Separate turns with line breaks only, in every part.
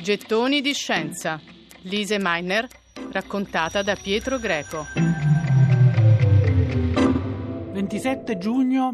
Gettoni di scienza. Lise Meitner, raccontata da Pietro Greco.
27 giugno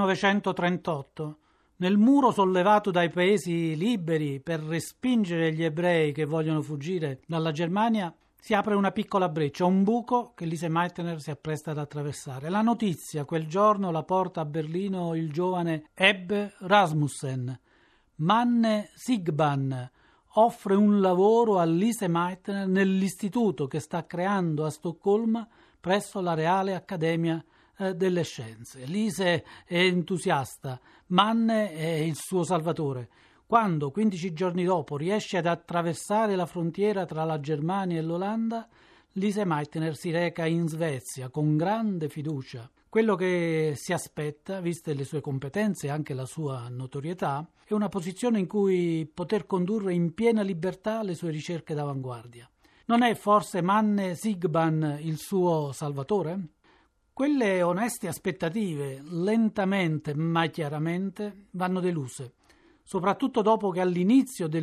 1938. Nel muro sollevato dai paesi liberi per respingere gli ebrei che vogliono fuggire dalla Germania si apre una piccola breccia, un buco che Lise Meitner si appresta ad attraversare. La notizia quel giorno la porta a Berlino il giovane Ebbe Rasmussen. Manne Siegbahn offre un lavoro a Lise Meitner nell'istituto che sta creando a Stoccolma presso la Reale Accademia delle Scienze. Lise è entusiasta, Manne è il suo salvatore. Quando, 15 giorni dopo, riesce ad attraversare la frontiera tra la Germania e l'Olanda, Lise Meitner si reca in Svezia con grande fiducia. Quello che si aspetta, viste le sue competenze e anche la sua notorietà, è una posizione in cui poter condurre in piena libertà le sue ricerche d'avanguardia. Non è forse Manne Siegbahn il suo salvatore? Quelle oneste aspettative, lentamente ma chiaramente, vanno deluse. Soprattutto dopo che all'inizio del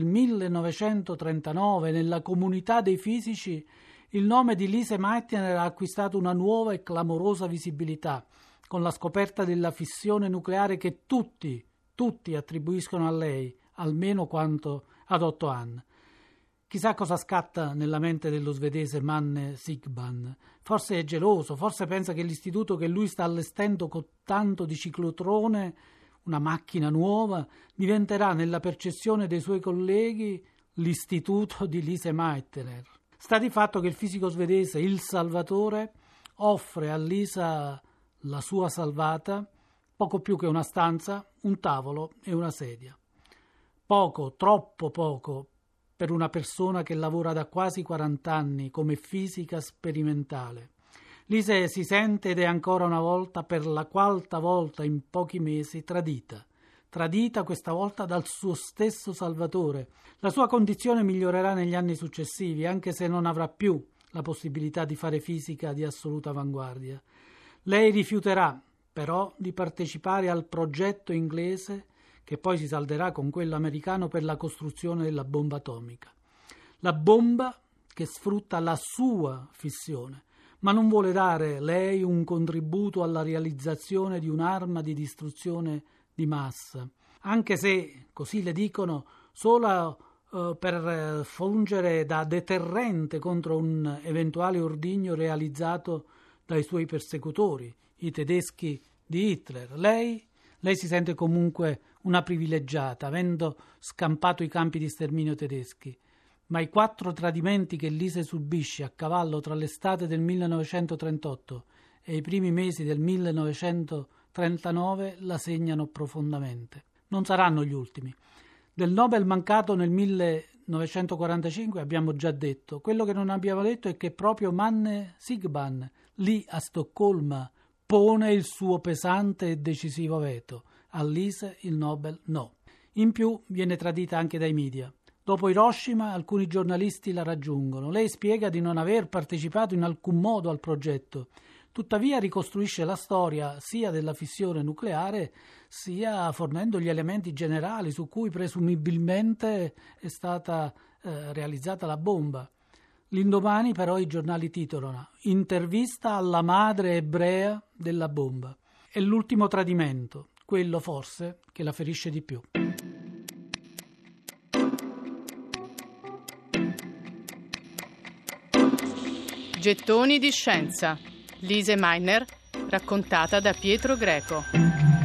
1939 nella comunità dei fisici il nome di Lise Meitner ha acquistato una nuova e clamorosa visibilità, con la scoperta della fissione nucleare che tutti attribuiscono a lei, almeno quanto ad Otto Hahn. Chissà cosa scatta nella mente dello svedese Manne Siegbahn. Forse è geloso, forse pensa che l'istituto che lui sta allestendo con tanto di ciclotrone, una macchina nuova, diventerà nella percezione dei suoi colleghi l'istituto di Lise Meitner. Sta di fatto che il fisico svedese, il Salvatore, offre a Lisa, la sua salvata, poco più che una stanza, un tavolo e una sedia. Poco, troppo poco, per una persona che lavora da quasi 40 anni come fisica sperimentale. Lise si sente ed è ancora una volta, per la quarta volta in pochi mesi, tradita questa volta dal suo stesso Salvatore. La sua condizione migliorerà negli anni successivi, anche se non avrà più la possibilità di fare fisica di assoluta avanguardia. Lei rifiuterà, però, di partecipare al progetto inglese che poi si salderà con quello americano per la costruzione della bomba atomica. La bomba che sfrutta la sua fissione, ma non vuole dare lei un contributo alla realizzazione di un'arma di distruzione di massa, anche se, così le dicono, solo per fungere da deterrente contro un eventuale ordigno realizzato dai suoi persecutori, i tedeschi di Hitler. Lei si sente comunque una privilegiata, avendo scampato i campi di sterminio tedeschi, ma i 4 tradimenti che Lise subisce a cavallo tra l'estate del 1938 e i primi mesi del 1939 la segnano profondamente. Non saranno gli ultimi. Del Nobel mancato nel 1945 abbiamo già detto. Quello che non abbiamo detto è che proprio Manne Siegbahn, lì a Stoccolma, pone il suo pesante e decisivo veto. A Lise il Nobel no. In più viene tradita anche dai media. Dopo Hiroshima alcuni giornalisti la raggiungono. Lei spiega di non aver partecipato in alcun modo al progetto. Tuttavia ricostruisce la storia sia della fissione nucleare sia fornendo gli elementi generali su cui presumibilmente è stata realizzata la bomba. L'indomani però i giornali titolano «Intervista alla madre ebrea della bomba». È l'ultimo tradimento, quello forse che la ferisce di più.
Gettoni di scienza. Lise Meitner, raccontata da Pietro Greco.